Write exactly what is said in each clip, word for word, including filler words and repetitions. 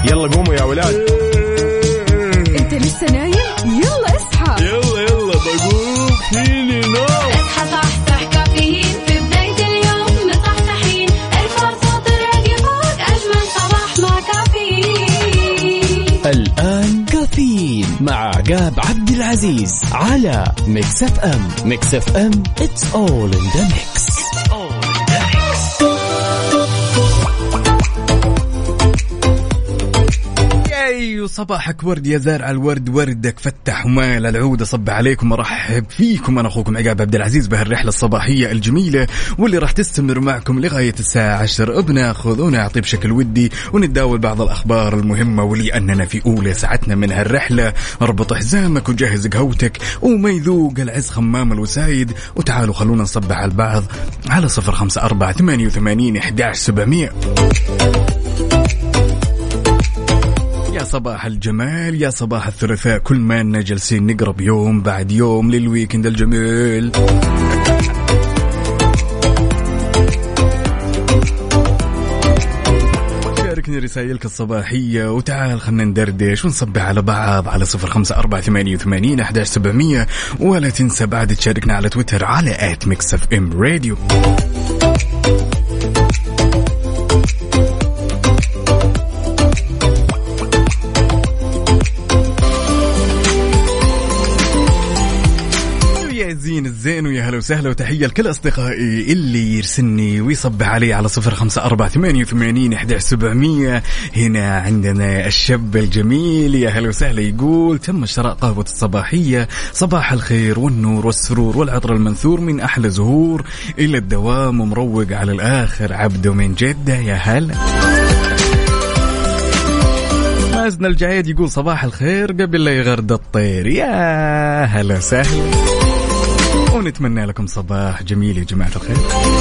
يلا قوموا يا ولاد. انت لسه نايم؟ يلا اصحى. يلا يلا بقوم فيني نوم. اصحى صحصح كافيين في بداية اليوم مصحصحين. الفرصة تراقي فوق أجمل صباح مع كافيين. الآن كافيين مع عقاب عبد العزيز على ميكس اف ام. ميكس اف ام it's all in the mix. صباحك ورد يا زارع الورد، وردك فتح ومال العود. صب عليكم ورحب فيكم، أنا أخوكم عقاب عبد العزيز بهالرحلة الصباحية الجميلة واللي راح تستمر معكم لغاية الساعة عشر. بناخذ ونعطي بشكل ودي ونتداول بعض الأخبار المهمة، ولأننا في أولى ساعتنا من هالرحلة اربط حزامك وجهز قهوتك وما يذوق العز خمام الوسايد، وتعالوا خلونا نصبح على البعض على صفر خمسة أربعة ثمانية وثمانين أحد عشر سبعمية. يا صباح الجمال، يا صباح الثلاثاء، كل ما أننا جالسين نقرب يوم بعد يوم للويكند الجميل. شاركني رسائلك الصباحية وتعال خلنا ندردش ونصبح على بعض على صفر خمسة أربعة ثمانية وثمانين أحد عشر سبعمية، ولا تنسى بعد تشاركنا على تويتر على آت ميكس اف ام راديو. زين الزين ويا هلا وسهلا وتحية لكل أصدقائي اللي يرسلني ويصبح علي على صفر خمسة أربعة ثمانية وثمانين أحد عشر سبعمية. هنا عندنا الشاب الجميل يا هلا وسهلا، يقول تم شراء قهوة الصباحية، صباح الخير والنور والسرور والعطر المنثور من أحلى زهور إلى الدوام ومروق على الآخر. عبده من جدة يا هلا. مازن الجعيد يقول صباح الخير قبل لا يغرد الطير، يا هلا سهل، ونتمنى لكم صباح جميل يا جماعة الخير.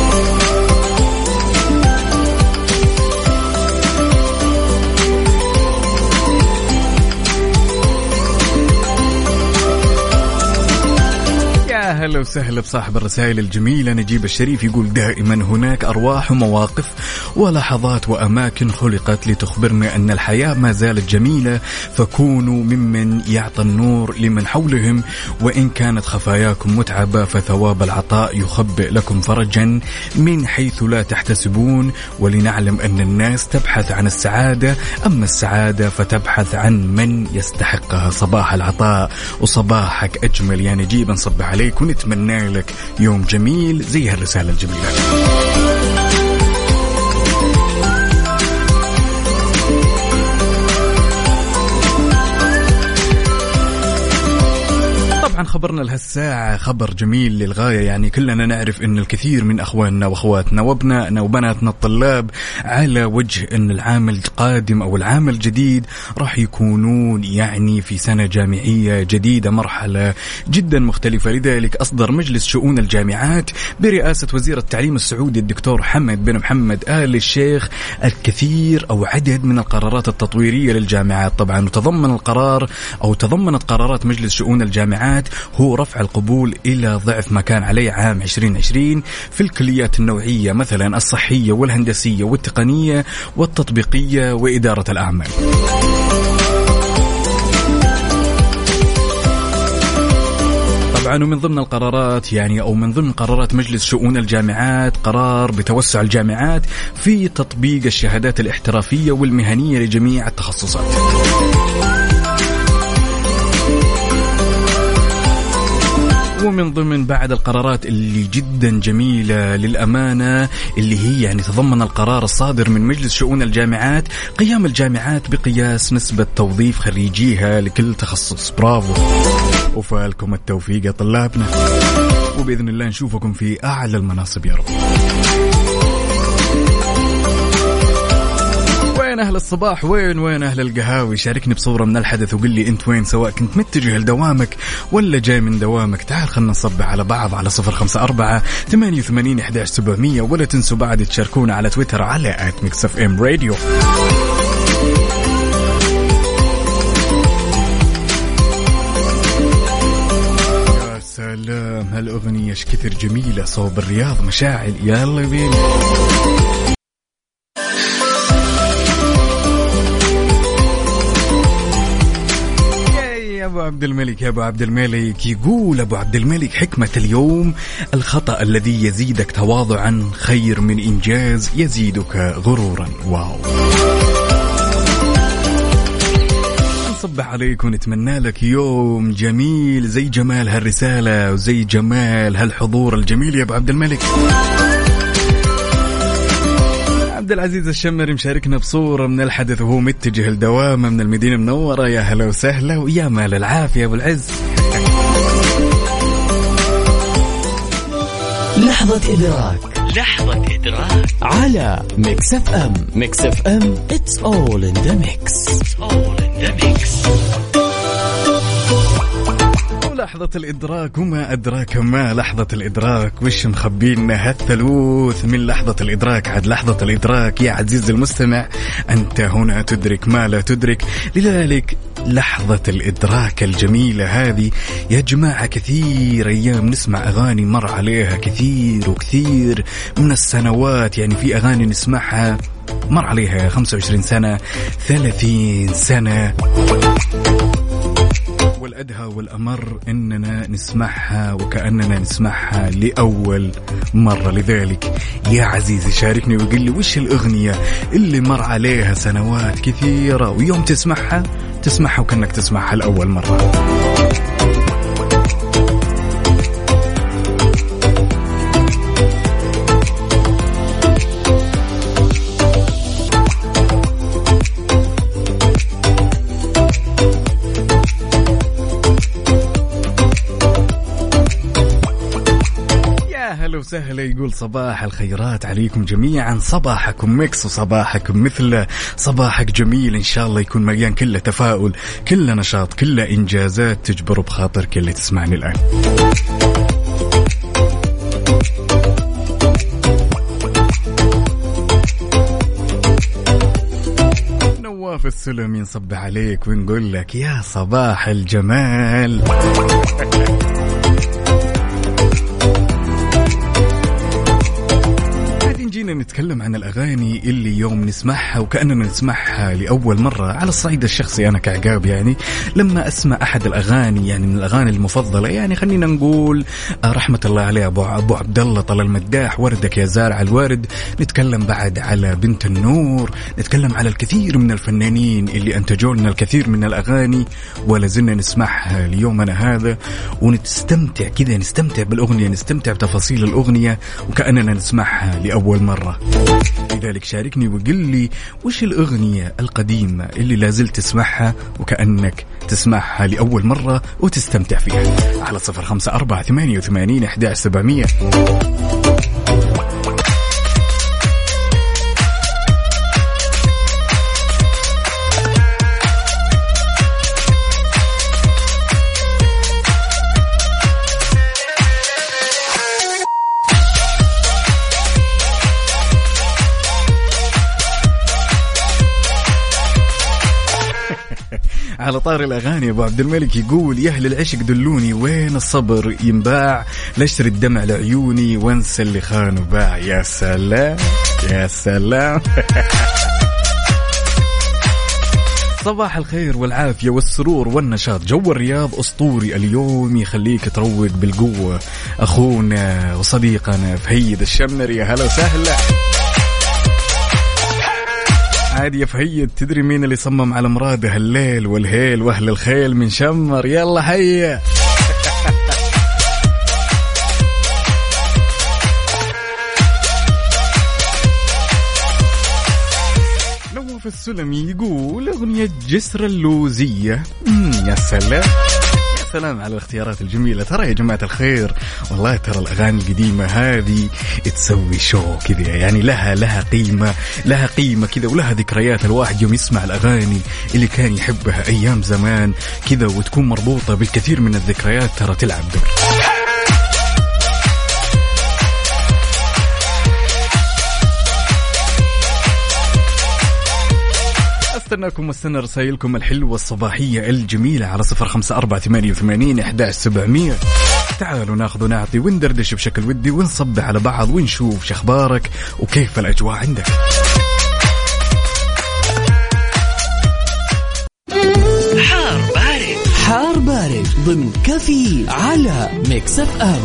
هلا وسهلا بصاحب الرسائل الجميلة نجيب الشريف، يقول دائما هناك أرواح ومواقف ولحظات وأماكن خلقت لتخبرنا أن الحياة ما زالت جميلة، فكونوا ممن يعطى النور لمن حولهم، وإن كانت خفاياكم متعبة فثواب العطاء يخبئ لكم فرجا من حيث لا تحتسبون، ولنعلم أن الناس تبحث عن السعادة، أما السعادة فتبحث عن من يستحقها. صباح العطاء وصباحك أجمل يا نجيب، نصبح عليك ونتمنى لك يوم جميل زي هالرسالة الجميلة. طبعا خبرنا لهالساعة خبر جميل للغاية، يعني كلنا نعرف أن الكثير من أخواننا وأخواتنا وابنائنا وبناتنا الطلاب على وجه أن العام القادم أو العام الجديد راح يكونون يعني في سنة جامعية جديدة، مرحلة جدا مختلفة. لذلك أصدر مجلس شؤون الجامعات برئاسة وزير التعليم السعودي الدكتور حمد بن محمد آل الشيخ الكثير أو عدد من القرارات التطويرية للجامعات. طبعا وتضمن القرار أو تضمنت قرارات مجلس شؤون الجامعات هو رفع القبول إلى ضعف ما كان عليه عام عشرين عشرين في الكليات النوعية، مثلا الصحية والهندسية والتقنية والتطبيقية وإدارة الأعمال. طبعا ومن ضمن القرارات يعني أو من ضمن قرارات مجلس شؤون الجامعات قرار بتوسع الجامعات في تطبيق الشهادات الاحترافية والمهنية لجميع التخصصات. ومن ضمن بعد القرارات اللي جدا جميلة للأمانة اللي هي يعني تضمن القرار الصادر من مجلس شؤون الجامعات قيام الجامعات بقياس نسبة توظيف خريجيها لكل تخصص. برافو وفالكم التوفيق يا طلابنا، وبإذن الله نشوفكم في أعلى المناصب يا رب. وين أهل الصباح؟ وين وين أهل القهاوي؟ شاركني بصورة من الحدث وقل لي أنت وين، سواء كنت متجه لدوامك ولا جاي من دوامك. تعال خلنا نصبح على بعض على صفر خمسة أربعة ثمانية وثمانين أحد عشر سبعمية، ولا تنسوا بعد تشاركونا على تويتر على آت ميكس اف ام راديو. يا سلام هالأغنية ايش كثر جميلة، صوب الرياض مشاعل، يلا بينا. أبو عبد الملك يا أبو عبد الملك. يقول أبو عبد الملك حكمة اليوم: الخطأ الذي يزيدك تواضعا خير من إنجاز يزيدك غرورا. واو. نصبح عليك ونتمنى لك يوم جميل زي جمال هالرسالة وزي جمال هالحضور الجميل يا أبو عبد الملك. عبد العزيز الشمري مشاركنا بصورة من الحدث وهو متجه لدوامه من المدينة المنورة. يا هلا وسهلا ويا مال العافية أبو العز. لحظة إدراك لحظة إدراك على ميكس اف ام. ميكس اف ام it's all in the mix. It's all in the mix. لحظة الإدراك وما أدراك ما لحظة الإدراك. وش مخبينا هالثلوث من لحظة الإدراك؟ عاد لحظة الإدراك يا عزيز المستمع أنت هنا تدرك ما لا تدرك. لذلك لحظة الإدراك الجميلة هذه يا جماعة كثير أيام نسمع أغاني مر عليها كثير وكثير من السنوات. يعني في أغاني نسمعها مر عليها خمسة وعشرين سنة ثلاثين سنة، والأدهى والأمر إننا نسمعها وكأننا نسمعها لأول مرة. لذلك يا عزيزي شاركني وقل لي وش الأغنية اللي مر عليها سنوات كثيرة ويوم تسمعها تسمعها وكأنك تسمعها لأول مرة. سهلة. يقول صباح الخيرات عليكم جميعا، صباحكم ميكس وصباحكم مثل صباحك جميل إن شاء الله يكون مليان كله تفاؤل كله نشاط كله إنجازات تجبر بخاطرك اللي تسمعني الآن. نواف السلمي نصبح عليك ونقول لك يا صباح الجمال. جينا نتكلم عن الأغاني اللي يوم نسمعها وكأننا نسمعها لأول مرة. على الصعيد الشخصي أنا كعقاب يعني لما أسمع أحد الأغاني يعني من الأغاني المفضلة يعني خلينا نقول رحمة الله عليه أبو, أبو عبد الله طلال المداح، وردك يا زارع الورد، نتكلم بعد على بنت النور، نتكلم على الكثير من الفنانين اللي أنتجوا لنا الكثير من الأغاني ولا زلنا نسمعها ليومنا هذا ونستمتع كذا، نستمتع بالأغنية، نستمتع بتفاصيل الأغنية وكأننا نسمعها لأول مرة. لذلك شاركني وقل لي وش الأغنية القديمة اللي لازلت تسمعها وكأنك تسمعها لأول مرة وتستمتع فيها على صفر خمسة أربعة ثمانية وثمانين أحد عشر سبعمية. على طار الأغاني أبو عبد الملك يقول يا أهل العشق دلوني وين الصبر ينباع، لاشتري الدمع لعيوني وانسى اللي خان وباع. يا سلام يا سلام. صباح الخير والعافية والسرور والنشاط، جو الرياض أسطوري اليوم يخليك تروق بالقوة. أخونا وصديقنا فهيد الشمري يا هلا وسهلا. عادي يا فهيد، تدري مين اللي صمم على مراده الليل والهيل وأهل الخيل من شمر؟ يلا هيا. نواف السلمي يقول أغنية جسر اللوزية. يا سلام يا سلام على الاختيارات الجميلة. ترى يا جماعة الخير والله ترى الأغاني القديمة هذه تسوي شو كذا، يعني لها لها قيمة لها قيمة كذا ولها ذكريات. الواحد يوم يسمع الأغاني اللي كان يحبها أيام زمان كذا وتكون مربوطة بالكثير من الذكريات ترى تلعب دور. استناكم واستنى رسائلكم الحلوة الصباحية الجميلة على صفر خمسة أربعة ثمانية وثمانين أحد عشر سبعمية. تعالوا ناخذ ونعطي وندردش بشكل ودي ونصبح على بعض ونشوف شخبارك وكيف الأجواء عندك. حار بارد حار ضمن كافيين على ميكس اف ام.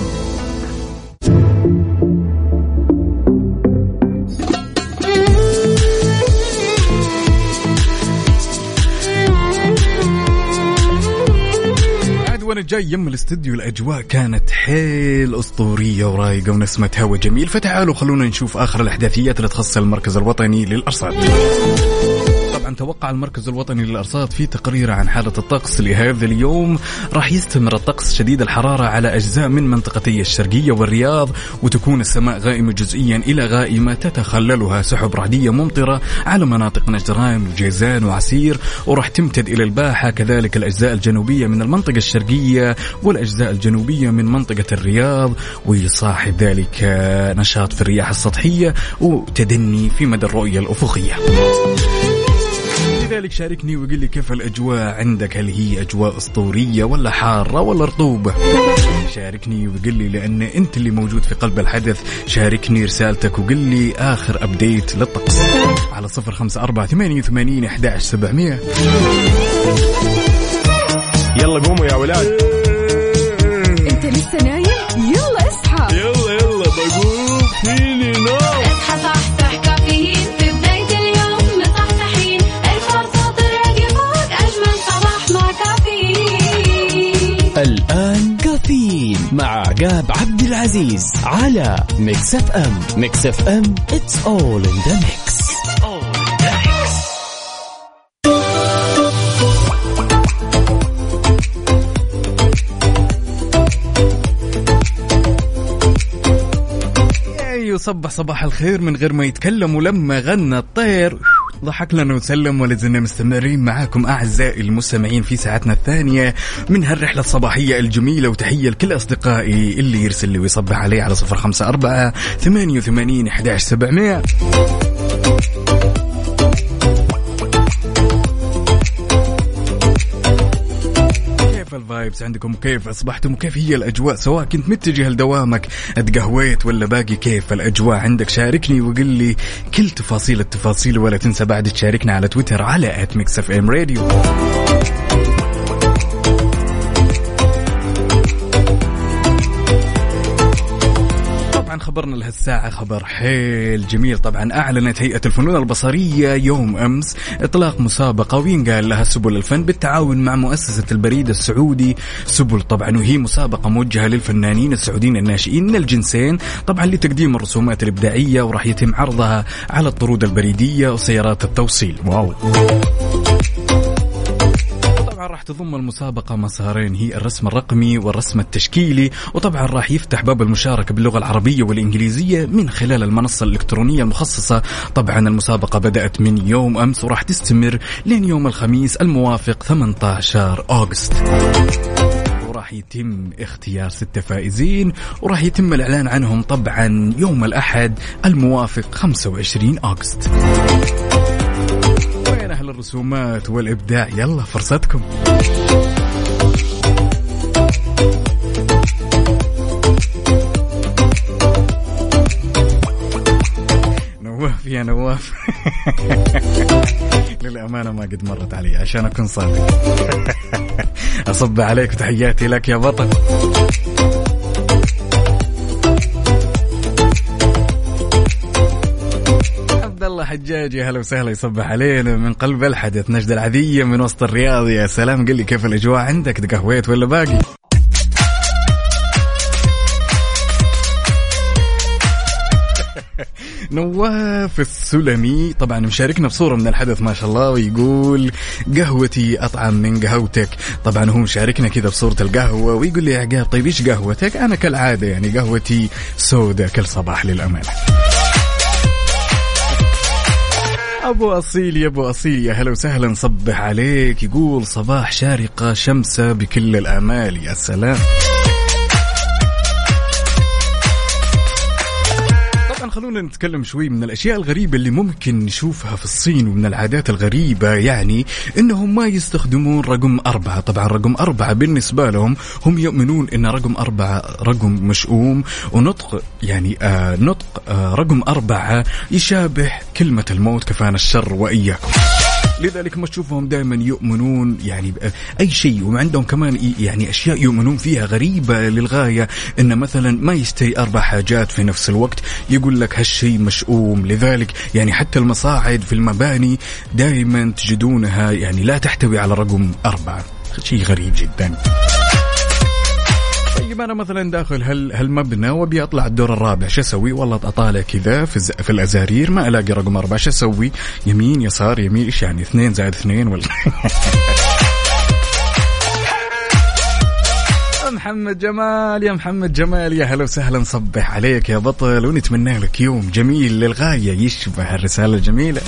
وانا جاي يم الاستديو الاجواء كانت حيل اسطوريه ورايقه ونسمه هوا جميل، فتعالوا خلونا نشوف اخر الاحداثيات اللي تخص المركز الوطني للارصاد. طبعا توقع المركز الوطني للأرصاد في تقرير عن حالة الطقس لهذا اليوم راح يستمر الطقس شديد الحرارة على أجزاء من منطقتي الشرقية والرياض، وتكون السماء غائمة جزئيا إلى غائمة تتخللها سحب رعدية ممطرة على مناطق نجران وجيزان وعسير، وراح تمتد إلى الباحة، كذلك الأجزاء الجنوبية من المنطقة الشرقية والأجزاء الجنوبية من منطقة الرياض، ويصاحب ذلك نشاط في الرياح السطحية وتدني في مدى الرؤية الأفقية. لذلك شاركني وقل لي كيف الأجواء عندك، هل هي أجواء أسطورية ولا حارة ولا رطوبة؟ شاركني وقل لي لأن أنت اللي موجود في قلب الحدث. شاركني رسالتك وقل لي آخر أبديت للطقس على صفر خمسة أربعة ثمانية ثمانين أحد عشر سبعمية. يلا قوموا يا ولاد. انت لسه نايم؟ يلا اصحى. يلا يلا بقوم فيني نوم. اصحى صحصح كافيين في بداية اليوم مصحصحين، الفرصة تراقي فوق أجمل صباح مع كافيين. الآن كافيين مع عقاب عبد العزيز على ميكس اف ام. ميكس اف ام it's all in the mix. صبح صباح الخير من غير ما يتكلم، ولما غنى الطير ضحك لنا وسلم. ولازلنا مستمرين معاكم أعزائي المستمعين في ساعتنا الثانية من هالرحلة الصباحية الجميلة، وتحية لكل أصدقائي اللي يرسل لي ويصبح علي على صفر خمسة أربعة ثمانية ثمانين أحد عشر سبعمية. الفايبس عندكم كيف أصبحتم وكيف هي الأجواء، سواء كنت متجه لدوامك اتقهويت ولا باقي، كيف الأجواء عندك؟ شاركني وقل لي كل تفاصيل التفاصيل، ولا تنسى بعد تشاركنا على تويتر على آت ميكس اف ام راديو. خبرنا لهالساعة خبر حيل جميل. طبعا أعلنت هيئة الفنون البصرية يوم أمس إطلاق مسابقة وينقال لها سبل الفن بالتعاون مع مؤسسة البريد السعودي سبل، طبعا وهي مسابقة موجهة للفنانين السعوديين الناشئين من الجنسين، طبعا لتقديم الرسومات الإبداعية، وراح يتم عرضها على الطرود البريدية وسيارات التوصيل. واو. راح تضم المسابقة مسارين، هي الرسم الرقمي والرسم التشكيلي، وطبعا راح يفتح باب المشاركة باللغة العربية والإنجليزية من خلال المنصة الإلكترونية المخصصة. طبعا المسابقة بدأت من يوم أمس وراح تستمر لين يوم الخميس الموافق ثمانية عشر أغسطس، وراح يتم اختيار ستة فائزين، وراح يتم الإعلان عنهم طبعا يوم الأحد الموافق خمسة وعشرين أغسطس. أهل الرسومات والإبداع، يلا فرصتكم. نواف يا نواف. للأمانة ما قد مرت علي عشان أكون صادق. أصب عليك وتحياتي لك يا بطل. الله حجاج يا هلا وسهلا، يصبح علينا من قلب الحدث. نجد العذية من وسط الرياض، يا سلام. قل لي كيف الأجواء عندك، تقهويت ولا باقي؟ نواف السلمي طبعا مشاركنا بصورة من الحدث ما شاء الله، ويقول قهوتي أطعم من قهوتك. طبعا هو مشاركنا كذا بصورة القهوة، ويقول لي يا عقاب طيب إيش قهوتك؟ أنا كالعادة يعني قهوتي سودة كل صباح للأمانة. أبو أصيل يا أبو أصيل، يا هلا وسهلا، نصبح عليك. يقول صباح شارقة شمسة بكل الآمال، يا سلام. طبعا خلونا نتكلم شوي من الأشياء الغريبة اللي ممكن نشوفها في الصين، ومن العادات الغريبة يعني إنهم ما يستخدمون رقم أربعة. طبعا رقم أربعة بالنسبة لهم هم يؤمنون إن رقم أربعة رقم مشؤوم، ونطق يعني آه نطق آه رقم أربعة يشابه كلمة الموت، كفانا الشر وإياكم. لذلك ما تشوفهم دائما يؤمنون يعني أي شيء، وعندهم كمان يعني أشياء يؤمنون فيها غريبة للغاية، إن مثلا ما يشتري أربع حاجات في نفس الوقت، يقول لك هالشيء مشؤوم. لذلك يعني حتى المصاعد في المباني دائما تجدونها يعني لا تحتوي على رقم أربعة، شيء غريب جدا. طيب أنا مثلا داخل هال هالمبنى وبي أطلع الدور الرابع، شو أسوي؟ والله أطالع كذا في الز... في الأزارير ما ألاقي رقم أربعة، شو أسوي؟ يمين يسار يمين، إيش يعني اثنين زائد اثنين ولا؟ محمد جمال، يا محمد جمال، يا هلا وسهلا، نصبح عليك يا بطل ونتمنى لك يوم جميل للغاية يشبه الرسالة الجميلة.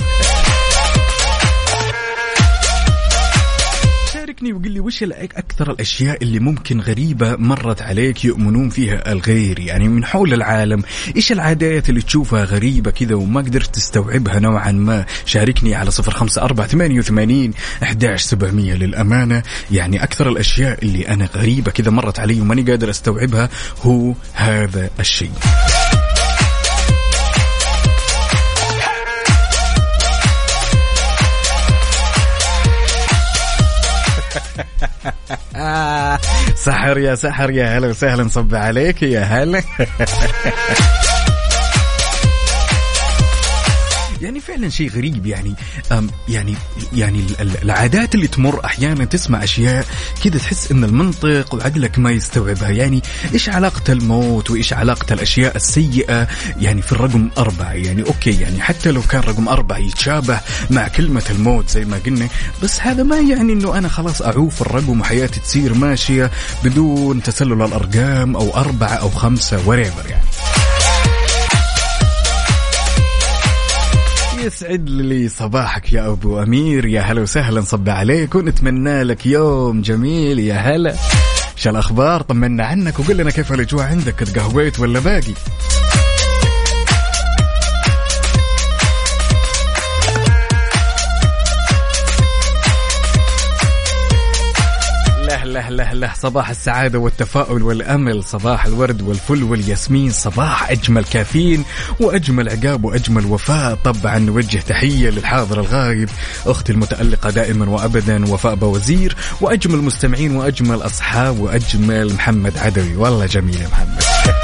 شاركني وقل لي وش أكثر الأشياء اللي ممكن غريبة مرت عليك يؤمنون فيها الغير، يعني من حول العالم. إيش العادات اللي تشوفها غريبة كذا وما قدرت تستوعبها نوعا ما؟ شاركني على صفر خمسة أربعة ثمانية وثمانين أحد عشر سبعمية. للأمانة يعني أكثر الأشياء اللي أنا غريبة كذا مرت علي وماني قادر أستوعبها هو هذا الشيء. سحر يا سحر، يا هلا وسهلا، نصب عليك يا هلا. يعني فعلا شيء غريب، يعني يعني يعني العادات اللي تمر أحيانا تسمع أشياء كده تحس إن المنطق وعقلك ما يستوعبها. يعني إيش علاقة الموت وإيش علاقة الأشياء السيئة يعني في الرقم أربعة؟ يعني أوكي يعني حتى لو كان رقم أربعة يتشابه مع كلمة الموت زي ما قلنا، بس هذا ما يعني إنه أنا خلاص أعوف الرقم وحياتي تصير ماشية بدون تسلل الأرقام أو أربعة أو خمسة وريفر. يعني يسعد لي صباحك يا أبو أمير، يا هلا وسهلا، نصب عليك ونتمنى لك يوم جميل. يا هلا، شو الأخبار؟ طمنا عنك وقل لنا كيف الأجواء عندك، تقهويت ولا باقي؟ له له له صباح السعادة والتفاؤل والأمل، صباح الورد والفل والياسمين، صباح أجمل كافيين وأجمل عقاب وأجمل وفاء. طبعا نوجه تحية للحاضر الغائب، أختي المتألقة دائما وأبدا وفاء بوزير، وأجمل مستمعين وأجمل أصحاب وأجمل محمد عدوي. والله جميل يا محمد.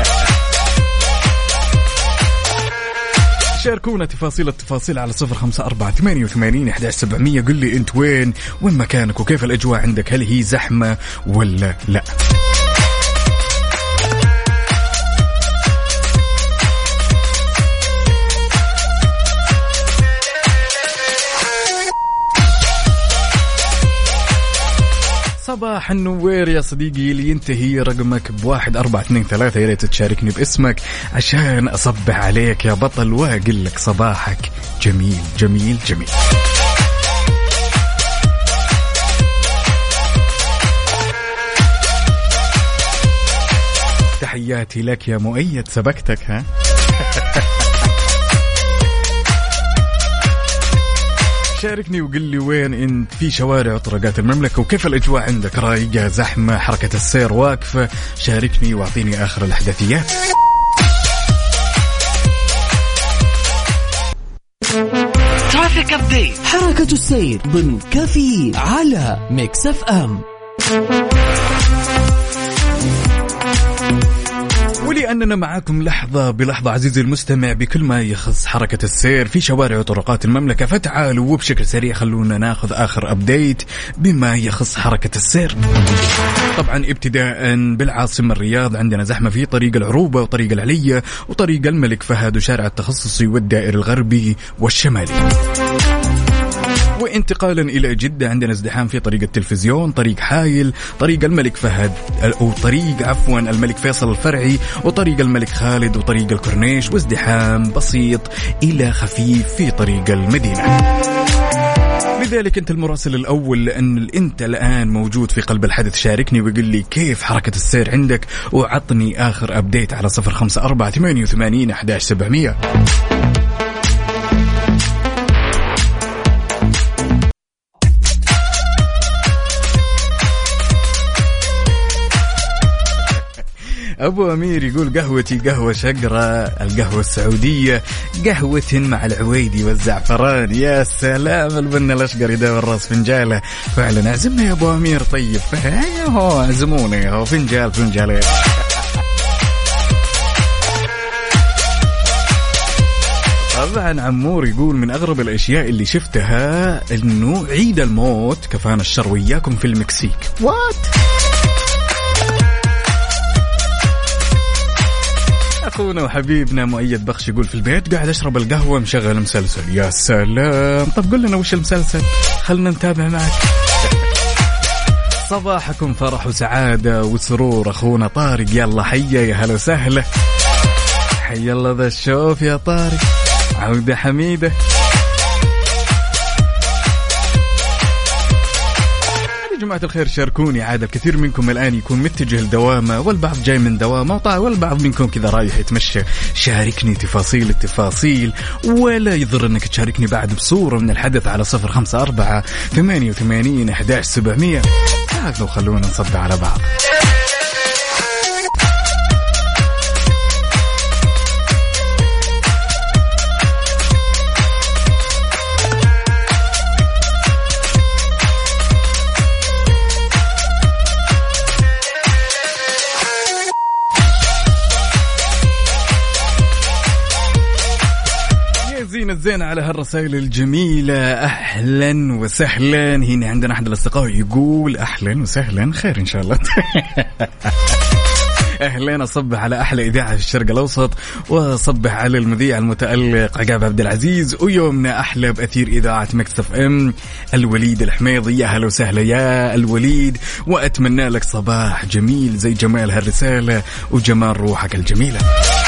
شاركونا تفاصيل التفاصيل على صفر خمسة أربعة ثمانية وثمانين أحد عشر سبعمية. قل لي أنت وين وين مكانك وكيف الأجواء عندك، هل هي زحمة ولا لا؟ صباح النوير يا صديقي، اللي ينتهي رقمك بواحد أربعة اثنين ثلاثة، يا ريت تشاركني باسمك عشان أصبح عليك يا بطل وأقول لك صباحك جميل جميل جميل. تحياتي لك يا مؤيد، سبقتك ها. شاركني وقل لي وين انت في شوارع وطرقات المملكة وكيف الأجواء عندك، رايقة زحمة حركة السير واقفة؟ شاركني واعطيني آخر الأحداثيات. ترافيك أبديت، حركة السير ضمن كافيين على ميكس اف ام. ولأننا معاكم لحظة بلحظة عزيزي المستمع بكل ما يخص حركة السير في شوارع وطرقات المملكة، فتعالوا وبشكل سريع خلونا ناخذ آخر أبديت بما يخص حركة السير. طبعا ابتداء بالعاصمة الرياض عندنا زحمة في طريق العروبة وطريق العلية وطريق الملك فهد وشارع التخصصي والدائر الغربي والشمالي. وانتقالا إلى جدة عندنا ازدحام في طريق التلفزيون، طريق حايل، طريق الملك فهد وطريق عفوا الملك فيصل الفرعي وطريق الملك خالد وطريق الكورنيش، وازدحام بسيط إلى خفيف في طريق المدينة. لذلك أنت المراسل الأول لأن أنت الآن موجود في قلب الحدث. شاركني وقل لي كيف حركة السير عندك وعطني آخر أبديت على صفر خمسة أربعة ثمانية وثمانين أحد عشر سبعمية. أبو أمير يقول قهوتي قهوة شقرة القهوة السعودية قهوة مع العويدي والزعفران. يا سلام البن الأشقر يداوي الراس فنجاله. فعلا عزمنا يا أبو أمير. طيب هو عزموني هو فنجال فنجالين. طبعا عمور يقول من أغرب الأشياء اللي شفتها إنه عيد الموت كفانا الشر وياكم في المكسيك. وات أخونا وحبيبنا مؤيد بخش يقول في البيت قاعد أشرب القهوة مشغل مسلسل. يا سلام. طب قل لنا وش المسلسل خلنا نتابع معك. صباحكم فرح وسعادة وسرور. أخونا طارق يلا حيا يا هلا وسهلا. حيا الله ذا الشوف يا طارق. عودة حميدة. يا جماعة الخير شاركوني عاد الكثير منكم الآن يكون متجه لدوامه والبعض جاي من دوامه والبعض منكم كذا رايح يتمشى. شاركني تفاصيل التفاصيل ولا يضر أنك تشاركني بعد بصورة من الحدث على صفر خمسة أربعة ثمانية وثمانين أحد عشر سبعمية. هذا خلونا نصب على بعض. الزين على هالرسائل الجميلة. أهلا وسهلا. هنا عندنا أحد الأصدقاء يقول أهلا وسهلا خير إن شاء الله. أهلا. أصبح على أحلى إذاعة في الشرق الأوسط وصبح على المذيع المتألق عقاب عبد العزيز ويومنا أحلى بأثير إذاعة ميكس اف ام الوليد الحميضي. يا هلا وسهلا يا الوليد وأتمنى لك صباح جميل زي جمال هالرسالة وجمال روحك الجميلة.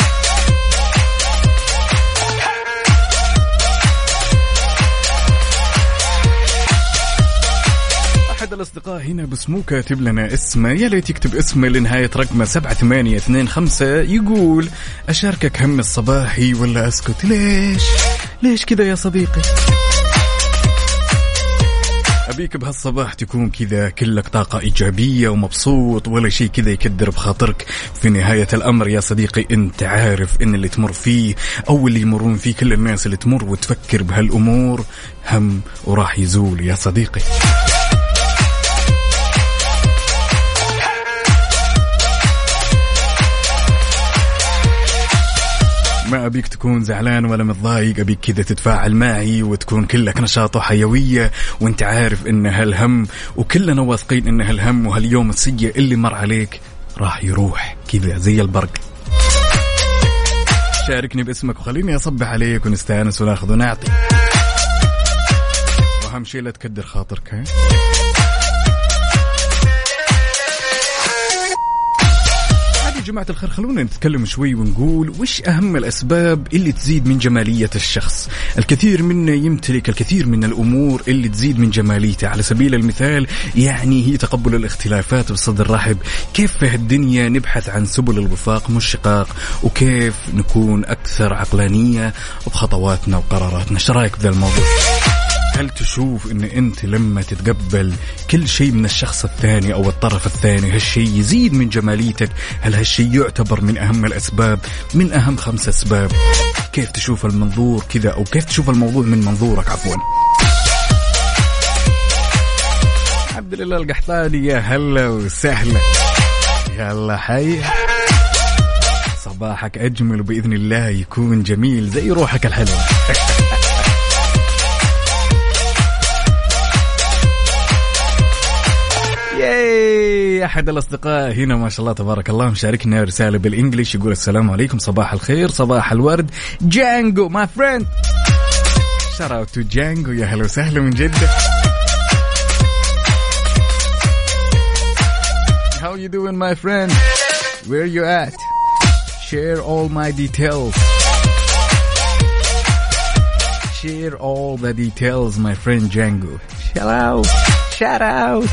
أحد الأصدقاء هنا باسمه كاتب لنا اسمه يا ليت يكتب اسمه لنهاية رقمه سبعة ثمانية اثنين خمسة. يقول أشاركك هم الصباحي ولا أسكت؟ ليش ليش كذا يا صديقي؟ أبيك بهالصباح تكون كذا كلك طاقة إيجابية ومبسوط ولا شيء كذا يكدر بخاطرك. في نهاية الأمر يا صديقي أنت عارف إن اللي تمر فيه أو اللي يمرون فيه كل الناس اللي تمر وتفكر بهالأمور هم وراح يزول يا صديقي. ما أبيك تكون زعلان ولا متضايق. أبيك كذا تتفاعل معي وتكون كلك نشاط وحيوية وانت عارف إن هالهم وكلنا واثقين إن هالهم وهاليوم السيء اللي مر عليك راح يروح كذا زي البرق. شاركني باسمك وخليني أصبح عليك ونستانس وناخذ ونعطي. وأهم شيء لا تكدر خاطرك. ها جماعة الخير خلونا نتكلم شوي ونقول وش أهم الأسباب اللي تزيد من جمالية الشخص. الكثير منا يمتلك الكثير من الأمور اللي تزيد من جماليته. على سبيل المثال يعني هي تقبل الاختلافات بصدر رحب. كيف في الدنيا نبحث عن سبل الوفاق مش شقاق وكيف نكون أكثر عقلانية بخطواتنا وقراراتنا. ايش رأيك بهذا الموضوع؟ هل تشوف ان انت لما تتقبل كل شيء من الشخص الثاني او الطرف الثاني هالشيء يزيد من جماليتك؟ هل هالشيء يعتبر من اهم الاسباب من اهم خمس اسباب؟ كيف تشوف المنظور كذا او كيف تشوف الموضوع من منظورك عفوا؟ عبد الله القحطاني يا هلا وسهلا. يلا حي صباحك اجمل وباذن الله يكون جميل زي روحك الحلوه. ياي أحد الأصدقاء هنا ما شاء الله تبارك الله مشاركنا رسالة بالإنجليش يقول السلام عليكم صباح الخير صباح الورد جانجو my friend. shout out to جانجو. يا هلا وسهلا من جدة. how you doing my friend? where you at? share all my details. share all the details my friend Django. shout out shout out.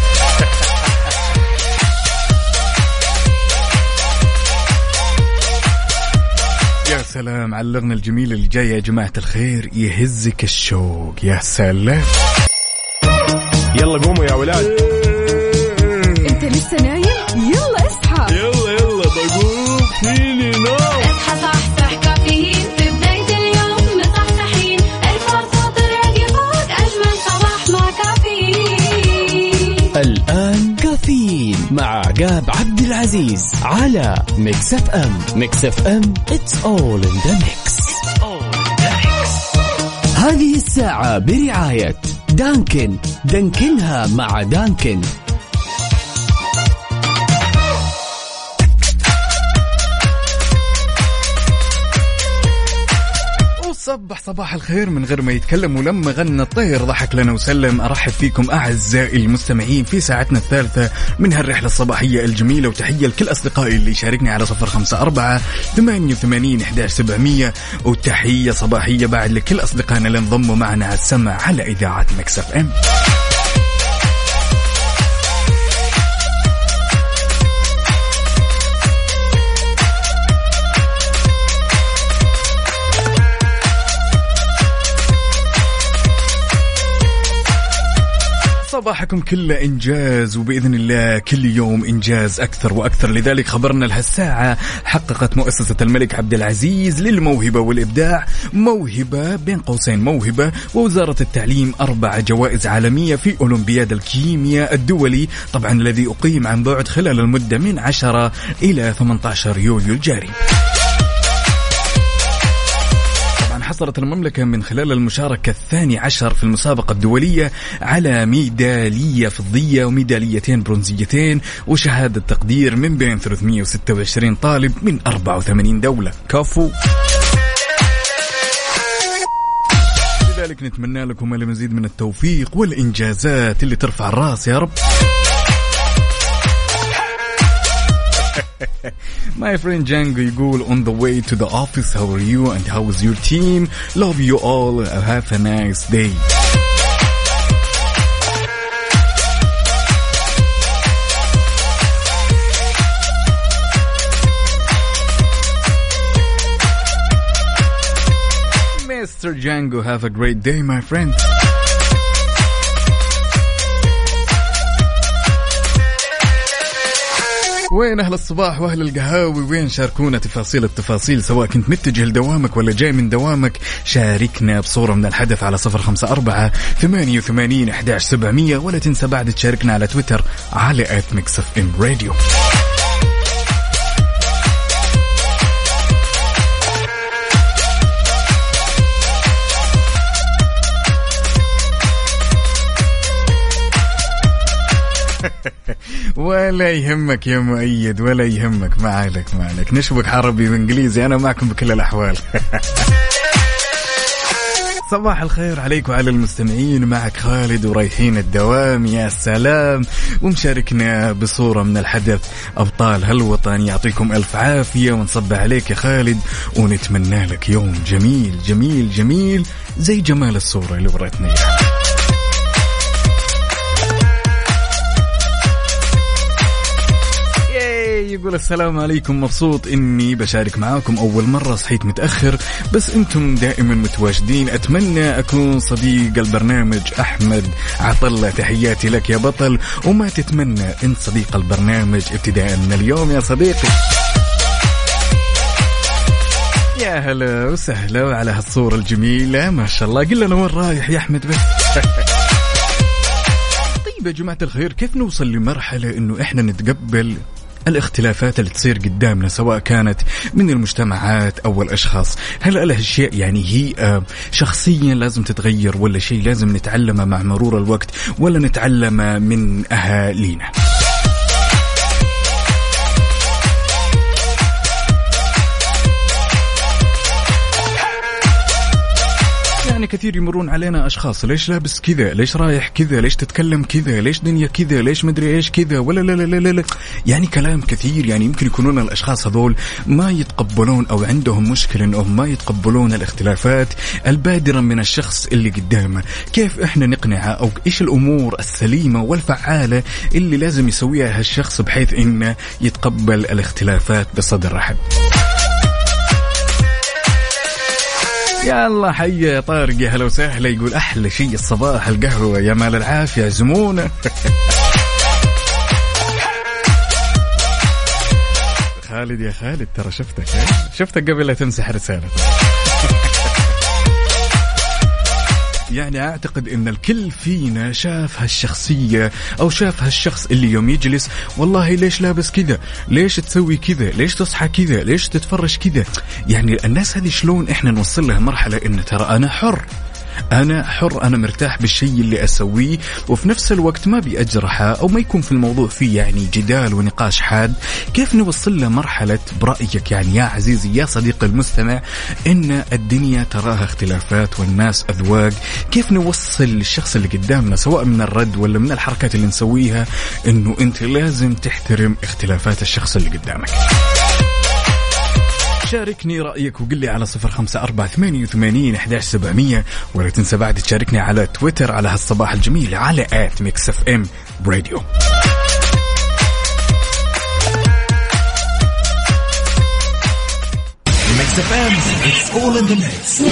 يا سلام على الأغنية الجميلة اللي جاية يا جماعة الخير يهزك الشوق. يا سلام. يلا قوموا يا ولاد. انت لسه نايم؟ يلا اصحى. يلا يلا بقوم اديني نو. اصحى صحصح كافيين في بداية اليوم مصحصحين، الفرصة تراقي فوق أجمل صباح مع كافيين. الآن كافيين مع عقاب عبد العزيز على ميكس اف ام. ميكس اف ام it's all in the mix. هذه الساعة برعاية دانكن. دانكنها مع دانكن. صبح صباح الخير من غير ما يتكلم، ولما غنى الطير ضحك لنا وسلم. أرحب فيكم أعزائي المستمعين في ساعتنا الثالثة من هالرحلة الصباحية الجميلة، وتحية لكل أصدقائي اللي يشاركني على صفر خمسة أربعة ثمانية وثمانين أحد عشر سبعمية، وتحية صباحية بعد لكل أصدقائنا اللي انضموا معنا على السمع على إذاعة ميكس اف ام. صباحكم كله إنجاز، وبإذن الله كل يوم إنجاز أكثر وأكثر. لذلك خبرنا لهالساعة حققت مؤسسة الملك عبد العزيز للموهبة والإبداع موهبة بين قوسين موهبة، ووزارة التعليم أربع جوائز عالمية في أولمبياد الكيمياء الدولي، طبعا الذي أقيم عن بعد خلال المدة من عشرة إلى ثمانية عشر يوليو الجاري. حصلت المملكة من خلال المشاركة الثاني عشر في المسابقة الدولية على ميدالية فضية وميداليتين برونزيتين وشهادة تقدير من بين ثلاثمية وستة وعشرين طالب من أربعة وثمانين دولة. كفو. لذلك نتمنى لكم المزيد من التوفيق والإنجازات اللي ترفع الراس يا رب. My friend Django يقول on the way to the office, how are you and how is your team? Love you all, have a nice day. Mister Django, have a great day my friend. وين أهل الصباح وأهل القهاوي؟ وين شاركونا تفاصيل التفاصيل، سواء كنت متجه لدوامك ولا جاي من دوامك. شاركنا بصورة من الحدث على صفر خمسة أربعة ثمانية وثمانين أحد عشر سبعمية، ولا تنسى بعد تشاركنا على تويتر على آت ميكس اف ام راديو. ولا يهمك يا مؤيد، ولا يهمك، ما عليك ما عليك، نشبك عربي وانجليزي، انا معكم بكل الاحوال. صباح الخير عليك وعلى المستمعين، معك خالد ورايحين الدوام. يا سلام، ومشاركنا بصورة من الحدث أبطال هالوطن. يعطيكم ألف عافية ونصبح عليك يا خالد، ونتمنى لك يوم جميل جميل جميل زي جمال الصورة اللي وريتنا إياها. يقول السلام عليكم، مبسوط اني بشارك معاكم، اول مرة صحيت متأخر بس انتم دائما متواجدين، اتمنى اكون صديق البرنامج. احمد عطلة، تحياتي لك يا بطل، وما تتمنى انت صديق البرنامج ابتداء من اليوم يا صديقي. يا هلا وسهلا وعلى هالصورة الجميلة ما شاء الله. قل لنا وين رايح يا احمد بس. طيب يا جماعة الخير، كيف نوصل لمرحلة انه احنا نتقبل الاختلافات اللي تصير قدامنا، سواء كانت من المجتمعات أو الأشخاص؟ هل هالشيء يعني هي شخصيا لازم تتغير، ولا شيء لازم نتعلمه مع مرور الوقت، ولا نتعلمه من أهالينا؟ يعني كثير يمرون علينا أشخاص، ليش لابس كذا، ليش رايح كذا، ليش تتكلم كذا، ليش دنيا كذا، ليش مدري إيش كذا، ولا لا لا لا لا يعني كلام كثير. يعني يمكن يكونون الأشخاص هذول ما يتقبلون أو عندهم مشكلة إنهم ما يتقبلون الاختلافات البادرة من الشخص اللي قدامه. كيف إحنا نقنعه، أو إيش الأمور السليمة والفعالة اللي لازم يسويها هالشخص بحيث إنه يتقبل الاختلافات بصدر رحب؟ يا الله حي يا طارق، يا هلا وسهلا. يقول أحلى شيء الصباح القهوة، يا مال العافية عزمونا. خالد يا خالد ترى شفتك شفتك قبل لا تمسح رسالة. يعني أعتقد أن الكل فينا شاف هالشخصية أو شاف هالشخص اللي يوم يجلس والله ليش لابس كذا، ليش تسوي كذا، ليش تصحى كذا، ليش تتفرج كذا. يعني الناس هذه شلون إحنا نوصل لها مرحلة إن ترى أنا حر، أنا حر، أنا مرتاح بالشيء اللي أسويه، وفي نفس الوقت ما بيأجرحه أو ما يكون في الموضوع فيه يعني جدال ونقاش حاد. كيف نوصل له مرحلة برأيك يعني يا عزيزي يا صديقي المستمع إن الدنيا تراها اختلافات والناس أذواق؟ كيف نوصل للشخص اللي قدامنا سواء من الرد ولا من الحركات اللي نسويها إنه أنت لازم تحترم اختلافات الشخص اللي قدامك؟ شاركني رأيك وقل لي على صفر خمسة أربعة ثمانية وثمانين أحد عشر سبعمية، ولا تنسى بعد تشاركني على تويتر على هالصباح الجميل على آت ميكس اف ام راديو. ميكس اف ام it's all in the mix.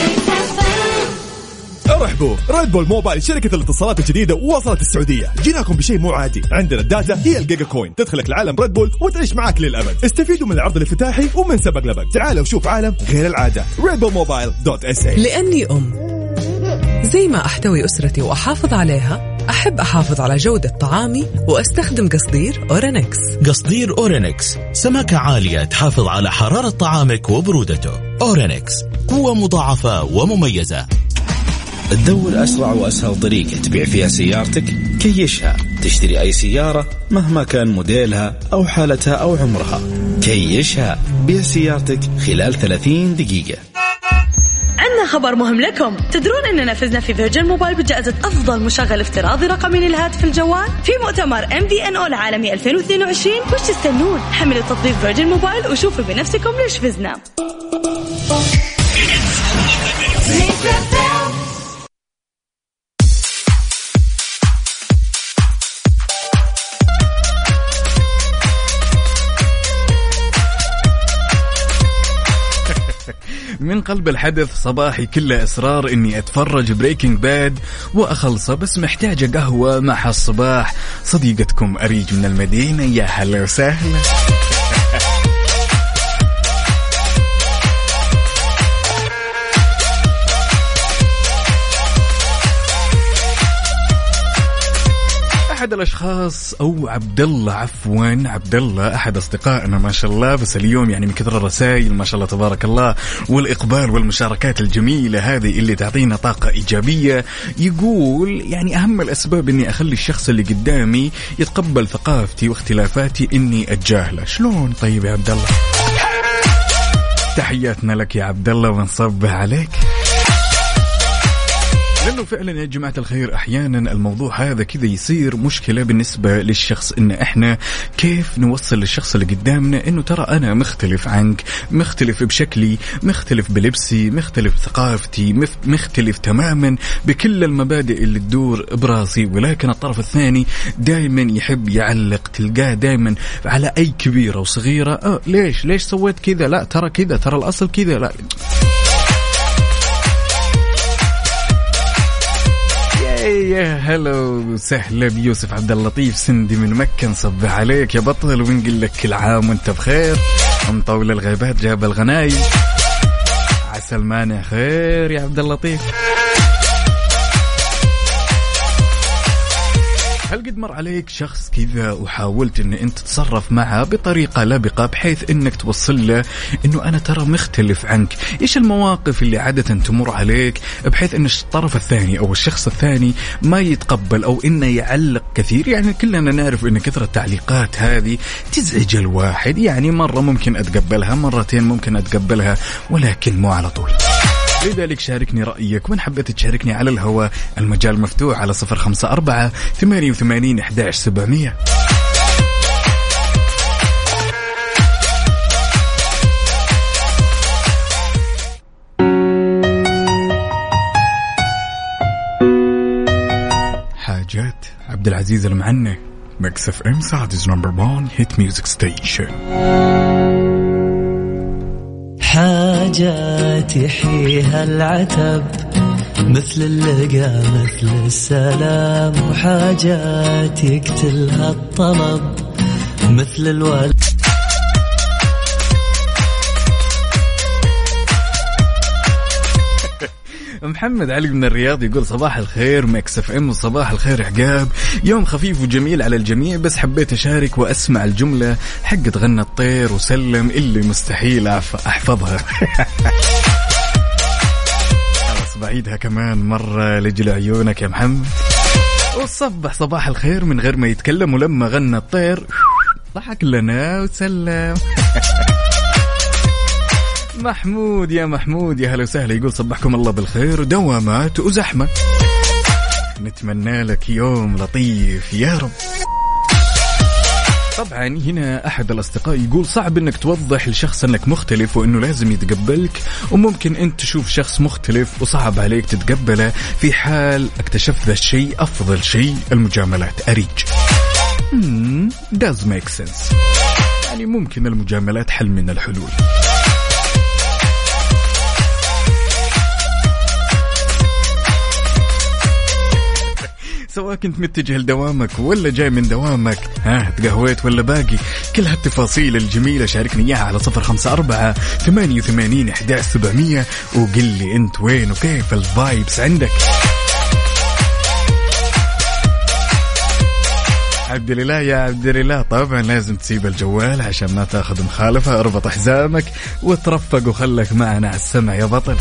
ارحبوا، ريد بول موبايل شركة الاتصالات الجديدة وصلت السعودية. جيناكم بشيء مو عادي، عندنا الداتا هي الجيجا كوين تدخلك لعالم ريد بول وتعيش معك للأبد. استفيدوا من العرض الافتتاحي ومن سبق لبق. تعالوا وشوف عالم غير العادة. ريد بول موبايل دوت اس اي. لأني أم زي ما أحتوي أسرتي وأحافظ عليها، أحب أحافظ على جودة طعامي وأستخدم قصدير أورينكس. قصدير أورينكس سمكة عالية تحافظ على حرارة طعامك وبرودته. أورينكس قوة مضاعفة ومميزة. تدور أسرع وأسهل طريقة تبيع فيها سيارتك؟ كيشها. تشتري أي سيارة مهما كان موديلها أو حالتها أو عمرها، كيشها. بيع سيارتك خلال ثلاثين دقيقة. عندنا خبر مهم لكم. تدرون أننا فزنا في فيرجن موبايل بجائزة أفضل مشغل افتراضي رقمي للهاتف الجوال في مؤتمر إم في إن أو العالمي ألفين واثنين وعشرين. وش تستنون؟ حملوا تطبيق فيرجن موبايل وشوفوا بنفسكم ليش فزنا. من قلب الحدث صباحي كله إصرار إني أتفرج بريكنج باد وأخلصه، بس محتاجة قهوة مع الصباح. صديقتكم أريج من المدينة، يا هلا وسهلا. أحد الأشخاص أو عبد الله عفوا عبد الله أحد أصدقائنا ما شاء الله، بس اليوم يعني من كثر الرسائل ما شاء الله تبارك الله والإقبال والمشاركات الجميلة هذه اللي تعطينا طاقة إيجابية، يقول يعني أهم الأسباب إني أخلي الشخص اللي قدامي يتقبل ثقافتي واختلافاتي إني أتجاهله. شلون طيب يا عبد الله؟ تحياتنا لك يا عبد الله ونصبح عليك. لأنه فعلا يا جماعة الخير أحيانا الموضوع هذا كذا يصير مشكلة بالنسبة للشخص، إن إحنا كيف نوصل للشخص اللي قدامنا إنه ترى أنا مختلف عنك، مختلف بشكلي، مختلف بلبسي، مختلف بثقافتي، مختلف تماما بكل المبادئ اللي تدور براسي، ولكن الطرف الثاني دائما يحب يعلق، تلقاه دائما على أي كبيرة وصغيرة. أه ليش ليش سويت كذا؟ لا ترى كذا، ترى الأصل كذا. لا يا هلا وسهلا بيوسف عبد اللطيف سندي من مكة، نصبح عليك يا بطل ونقول لك كل عام وانت بخير. مطول الغيبات جاب الغنايم، عسى المانع خير يا عبد اللطيف. هل قد مر عليك شخص كذا وحاولت ان انت تتصرف معه بطريقة لبقة بحيث انك توصل له انه انا ترى مختلف عنك؟ ايش المواقف اللي عادة تمر عليك بحيث ان الطرف الثاني او الشخص الثاني ما يتقبل او انه يعلق كثير؟ يعني كلنا نعرف ان كثرة التعليقات هذه تزعج الواحد، يعني مرة ممكن اتقبلها، مرتين ممكن اتقبلها، ولكن مو على طول. لذلك شاركني رأيك، وإن حبيت تشاركني على الهواء المجال مفتوح على صفر خمسة أربعة ثمانية وثمانين أحد عشر سبعمية. حاجات عبد العزيز المعنى، ميكس اف ام سعوديز نمبر وان هيت ميوزك ستيشن. حاجات يحييها العتب مثل اللقا مثل السلام، وحاجات يقتلها الطلب مثل الولد. محمد علي من الرياض يقول صباح الخير ميكس اف ام وصباح الخير عقاب، يوم خفيف وجميل على الجميع، بس حبيت أشارك وأسمع الجملة حقت غنى الطير وسلم اللي مستحيل أحفظها. خلاص بعيدها كمان مرة لجل عيونك يا محمد. وصبح صباح الخير من غير ما يتكلم، ولما غنى الطير ضحك لنا وسلم. محمود يا محمود يا هلا وسهلا يقول صبحكم الله بالخير دوامات وزحمة، نتمنى لك يوم لطيف يا رب. طبعا هنا أحد الأصدقاء يقول صعب أنك توضح لشخص أنك مختلف وأنه لازم يتقبلك، وممكن أنت تشوف شخص مختلف وصعب عليك تتقبله، في حال اكتشفت ذا الشيء أفضل شيء المجاملات. أريج hmm, does make sense، يعني ممكن المجاملات حل من الحلول. سواء كنت متجه لدوامك ولا جاي من دوامك، ها تقهويت ولا باقي، كل هالتفاصيل الجميلة شاركني إياها على صفر خمسة أربعة ثمانية وثمانين إحدى عشر سبعمية، وقل لي أنت وين وكيف الفايبس عندك. عبد الله يا عبد الله، طبعا لازم تسيب الجوال عشان ما تاخذ مخالفة، اربط حزامك وترفق وخلك معنا على السمع يا بطل.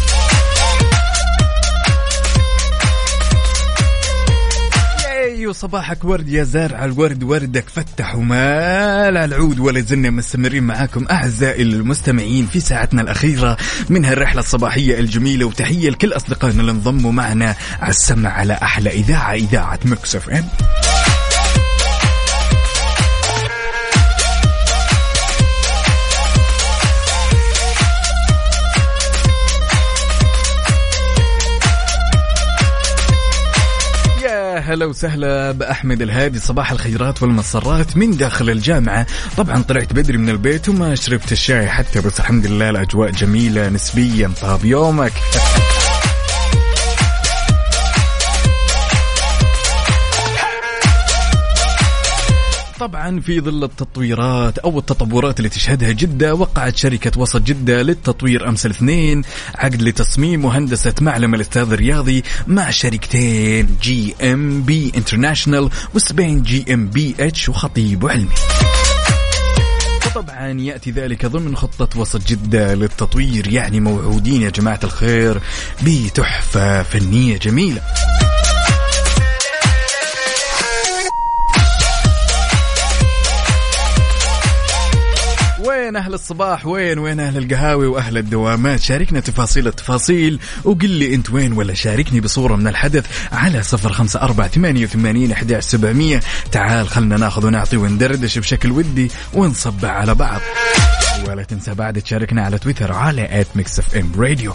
صباحك ورد يا زارع الورد، وردك فتح ومال العود، ولا زلنا مستمرين معاكم أعزائي المستمعين في ساعتنا الأخيرة من هالرحلة الصباحية الجميلة، وتحية لكل أصدقائنا اللي انضموا معنا على السمع على أحلى إذاعة، إذاعة ميكس اف ام. هلا وسهلا بأحمد الهادي، صباح الخيرات والمسرات من داخل الجامعة. طبعا طلعت بدري من البيت وما شربت الشاي حتى، بس الحمد لله الأجواء جميلة نسبيا. طاب يومك. طبعا في ظل التطويرات أو التطورات اللي تشهدها جدة، وقعت شركة وسط جدة للتطوير أمس الاثنين عقد لتصميم وهندسة معلم الأستاذ الرياضي مع شركتين جي ام بي انترناشنال وسبين جي ام بي اتش وخطيب وعلمي. وطبعا يأتي ذلك ضمن خطة وسط جدة للتطوير، يعني موعودين يا جماعة الخير بتحفة فنية جميلة. وين أهل الصباح، وين وين أهل القهاوي وأهل الدوامات؟ شاركنا تفاصيل التفاصيل وقل لي أنت وين، ولا شاركني بصورة من الحدث على صفر خمسة أربعة ثمانية وثمانين إحدى عشر سبعمية. تعال خلنا ناخذ ونعطي وندردش بشكل ودي ونصبع على بعض. ولا تنسى بعد تشاركنا على تويتر على آت ميكس اف ام راديو.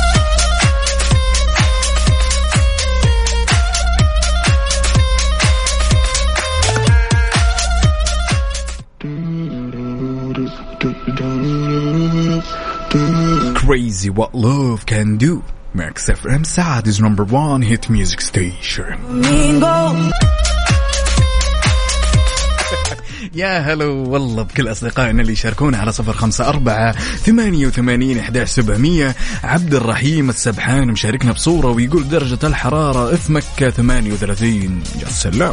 Crazy what love can do. Max اف ام Saudi's number one hit music station. يا هلو والله بكل أصدقائنا اللي يشاركونا على صفر خمسة أربعة ثمانية وثمانين إحدى عشر سبعمية. عبد الرحيم السبحان مشاركنا بصورة ويقول درجة الحرارة في مكة ثمانية وثلاثين. يا سلام.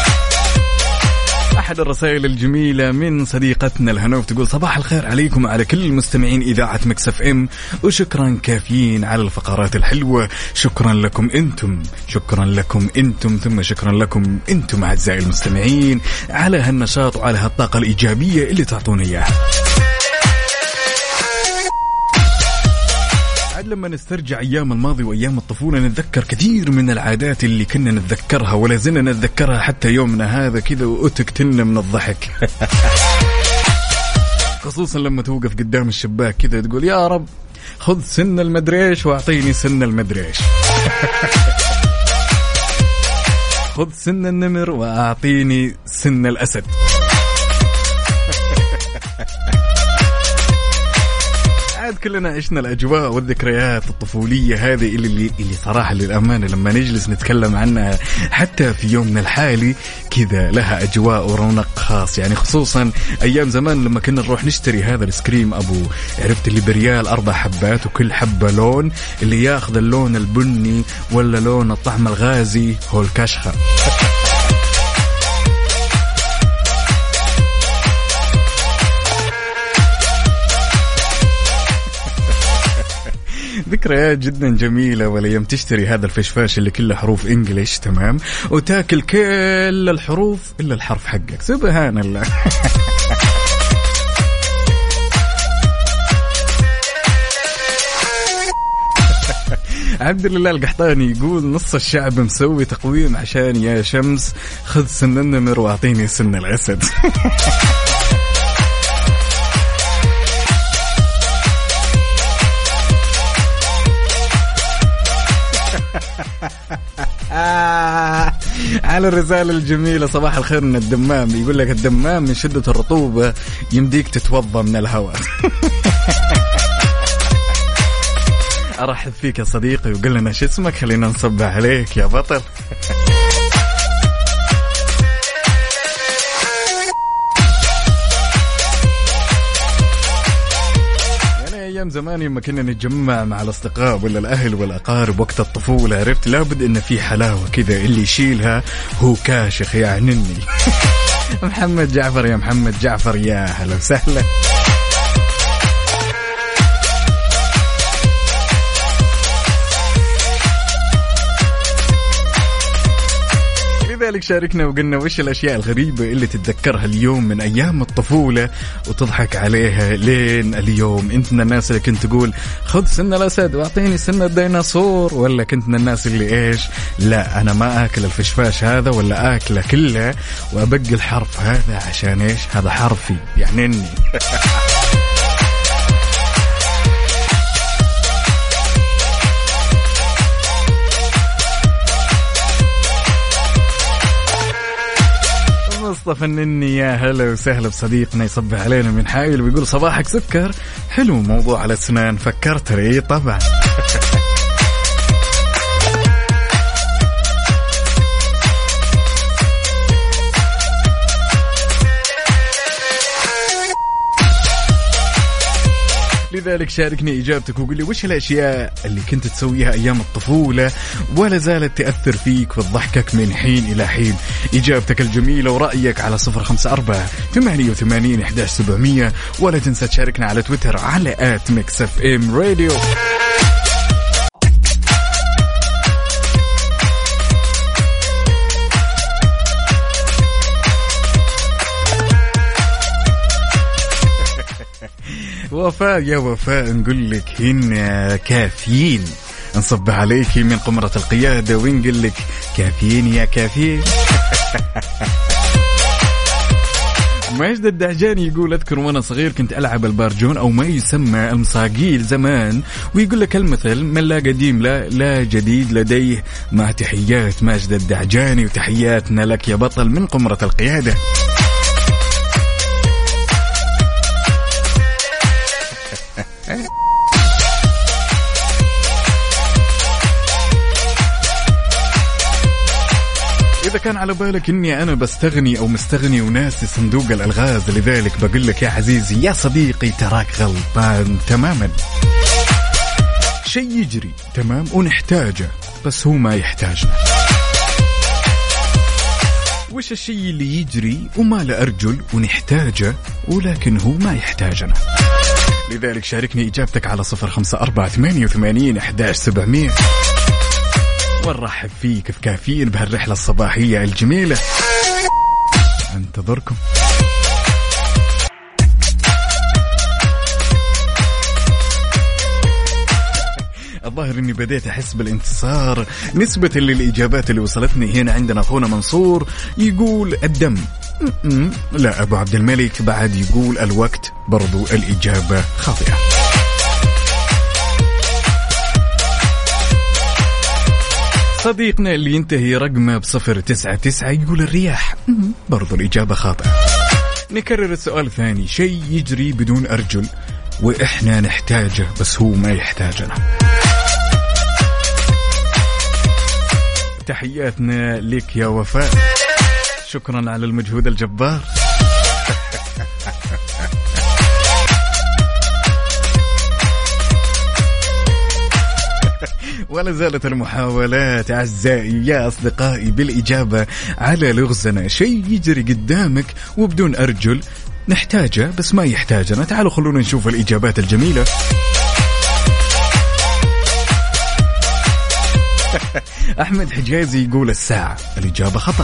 أحد الرسائل الجميلة من صديقتنا الهنوف تقول صباح الخير عليكم وعلى كل المستمعين إذاعة ميكس اف ام، وشكرا كافيين على الفقرات الحلوة. شكرا لكم أنتم، شكرا لكم أنتم، ثم شكرا لكم أنتم أعزائي المستمعين على هالنشاط وعلى هالطاقة الإيجابية اللي تعطونا إياها. لما نسترجع أيام الماضي وأيام الطفولة نتذكر كثير من العادات اللي كنا نتذكرها ولا زلنا نتذكرها حتى يومنا هذا كذا وتقتلنا من الضحك. خصوصا لما توقف قدام الشباك كذا تقول يا رب خذ سن المدريش واعطيني سن المدريش. خذ سن النمر واعطيني سن الأسد. عاد كلنا عشنا الأجواء والذكريات الطفولية هذه اللي, اللي, اللي صراحة للأمانة لما نجلس نتكلم عنها حتى في يومنا الحالي كذا لها أجواء ورونق خاص. يعني خصوصا أيام زمان لما كنا نروح نشتري هذا السكريم أبو عرفت اللي بريال أربع حبات وكل حبة لون، اللي ياخذ اللون البني ولا لون الطعم الغازي هو الكشخة. ذكريات جدا جميلة. ولا يوم تشتري هذا الفشفاش اللي كله حروف إنجليش تمام وتاكل كل الحروف إلا الحرف حقك، سبحان الله. عبد الله القحطاني يقول نص الشعب مسوي تقويم عشان يا شمس خذ سن النمر واعطيني سن الأسد. على الرسالة الجميلة صباح الخير من الدمام، يقول لك الدمام من شدة الرطوبة يمديك تتوضى من الهواء. أرحب فيك يا صديقي وقل لنا شو اسمك خلينا نصبح عليك يا بطل. أيام زمان لما كنا نتجمع مع الأصدقاء ولا الأهل والأقارب وقت الطفولة عرفت لابد إن في حلاوة كذا اللي يشيلها هو كاشخ يعني. محمد جعفر يا محمد جعفر يا هلا وسهلا. لذلك شاركنا وقلنا وش الأشياء الغريبة اللي تتذكرها اليوم من أيام الطفولة وتضحك عليها لين اليوم. أنت من الناس اللي كنت تقول خذ سن الأسد واعطيني سن الديناصور، ولا كنت من الناس اللي إيش لا أنا ما أكل الفشفاش هذا ولا أكله كله وأبقي الحرف هذا عشان إيش هذا حرفي يعني إني. مصطفى النني يا هلا وسهلا بصديقنا يصبح علينا من حايل ويقول صباحك سكر حلو موضوع على الأسنان فكرت لي طبعا. لذلك شاركني إجابتك وقول لي وش الأشياء اللي كنت تسويها أيام الطفولة ولا زالت تأثر فيك وتضحكك من حين إلى حين. إجابتك الجميلة ورأيك على صفر خمسة أربعة ثمانية وثمانين إحدى عشر سبعمية، ولا تنسى تشاركنا على تويتر على آت ميكس اف ام راديو. وفاء يا وفاء نقول لك هنا كافيين نصبح عليكي من قمرة القيادة ونقول لك كافيين يا كافيين. ماجد الدهجاني يقول أذكر وأنا صغير كنت ألعب البارجون أو ما يسمى المصاقيل زمان، ويقول لك المثل من لا قديم لا لا جديد لديه. مع تحيات ماجد الدهجاني وتحياتنا لك يا بطل من قمرة القيادة. إذا كان على بالك إني أنا بستغني أو مستغني وناسي صندوق الألغاز، لذلك بقول لك يا عزيزي يا صديقي تراك غلطان تماما. شيء يجري تمام ونحتاجه بس هو ما يحتاجنا. وش الشيء اللي يجري وما له أرجل ونحتاجه ولكن هو ما يحتاجنا؟ لذلك شاركني إجابتك على صفر خمسة أربعة ثمانية وثمانين إحدى عشر سبعمية، ونرحب فيك في كافيين بهالرحلة الصباحية الجميلة. انتظركم. الظاهر اني بديت احس بالانتصار نسبة للإجابات اللي وصلتني. هنا عندنا اخونا منصور يقول الدم. م-م. لا ابو عبد الملك بعد يقول الوقت، برضو الإجابة خاطئة. صديقنا اللي ينتهي رقمه بصفر تسعة تسعة يقول الرياح، برضو الإجابة خاطئة. نكرر السؤال الثاني، شيء يجري بدون أرجل وإحنا نحتاجه بس هو ما يحتاجنا. تحياتنا لك يا وفاء، شكرا على المجهود الجبار. ولا زالت المحاولات أعزائي يا أصدقائي بالإجابة على لغزنا. شيء يجري قدامك وبدون أرجل، نحتاجه بس ما يحتاجنا. تعالوا خلونا نشوف الإجابات الجميلة. أحمد حجازي يقول الساعة، الإجابة خطأ.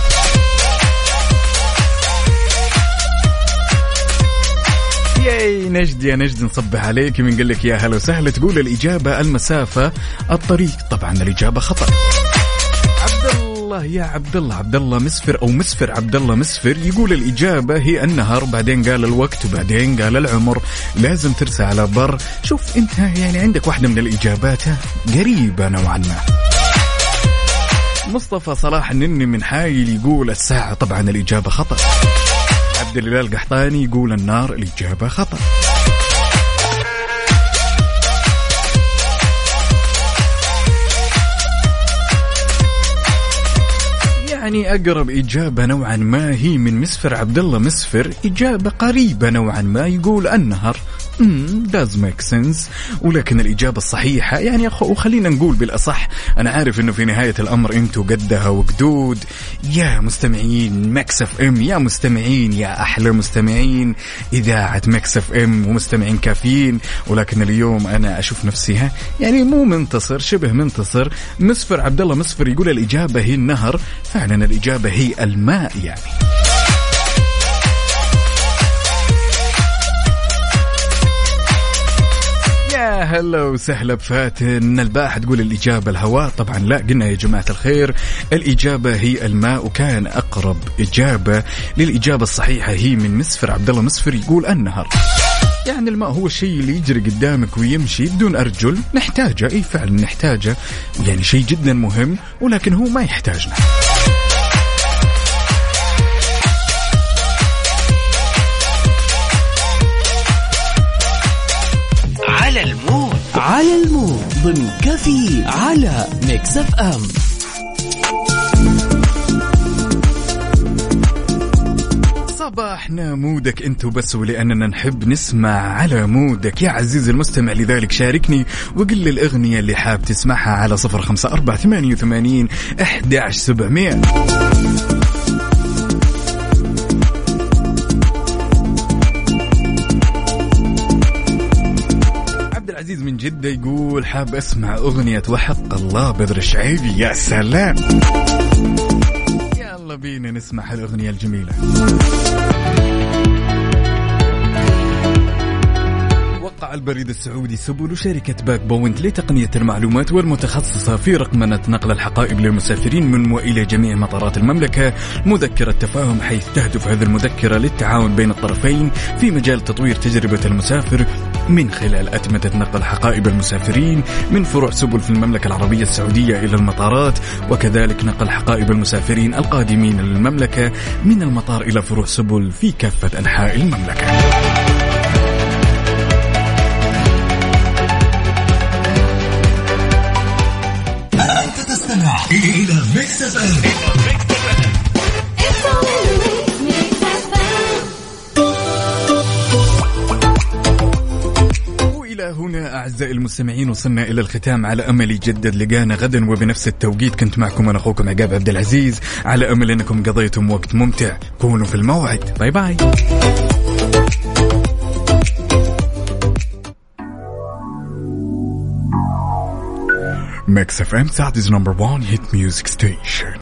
ياي نجد يا نجد نصبح عليك، من قال لك يا هلا وسهلا. تقول الإجابة المسافة الطريق، طبعا الإجابة خطأ. عبد الله يا عبد الله عبد الله مسفر أو مسفر عبد الله مسفر يقول الإجابة هي النهر، بعدين قال الوقت وبعدين قال العمر، لازم ترسى على بر. شوف أنت يعني عندك واحدة من الإجابات قريبة نوعا ما. مصطفى صلاح النني من حايل يقول الساعة، طبعا الإجابة خطأ. عبد الله القحطاني يقول النار، الإجابة خطأ. يعني أقرب إجابة نوعا ما هي من مسفر عبد الله مسفر، إجابة قريبة نوعا ما، يقول النهر. امم does make sense، ولكن الإجابة الصحيحة يعني أخو وخلينا نقول بالأصح، أنا عارف إنه في نهاية الأمر أنتوا قدها وقدود يا مستمعين ميكس اف ام، يا مستمعين يا أحلى مستمعين إذاعة ميكس اف ام ومستمعين كافيين، ولكن اليوم أنا أشوف نفسي ها يعني مو منتصر، شبه منتصر. مسفر عبد الله مسفر يقول الإجابة هي النهر، فعلا الإجابة هي الماء يعني. يا هلا وسهلا بفاتن الباحة تقول الإجابة الهواء، طبعا لا، قلنا يا جماعة الخير الإجابة هي الماء، وكان أقرب إجابة للإجابة الصحيحة هي من مسفر عبد الله مسفر يقول النهر. يعني الماء هو الشيء اللي يجري قدامك ويمشي بدون أرجل، نحتاجه، أي فعلا نحتاجه، يعني شيء جدا مهم، ولكن هو ما يحتاجنا. على المود على المود ضمن كفي على ميكس اف ام. صباحنا مودك انت وبس، ولأننا نحب نسمع على مودك يا عزيزي المستمع، لذلك شاركني وقل لي الأغنية اللي حاب تسمعها على صفر خمسة أربعة ثمانية وثمانين أحد عشر سبعمية. عزيز من جدة يقول حاب أسمع أغنية وحق الله بدر الشعيبي. يا سلام، يلا بينا نسمع الأغنية الجميلة. وقع البريد السعودي سبل وشركة باك بوينت لتقنية المعلومات والمتخصصة في رقمنة نقل الحقائب للمسافرين من وإلى جميع مطارات المملكة مذكرة تفاهم، حيث تهدف هذه المذكرة للتعاون بين الطرفين في مجال تطوير تجربة المسافر من خلال أتمتة نقل حقائب المسافرين من فروع سبل في المملكة العربية السعودية إلى المطارات، وكذلك نقل حقائب المسافرين القادمين للمملكة من المطار إلى فروع سبل في كافة أنحاء المملكة. أنت تستمع إلى ميكس اف ام. إلى هنا أعزائي المستمعين وصلنا إلى الختام، على أمل يجدد لقانا غدا وبنفس التوقيت. كنت معكم أنا أخوكم عقاب عبد العزيز، على أمل أنكم قضيتم وقت ممتع. كونوا في الموعد. باي باي. Mix اف ام Saudi's number one hit music station.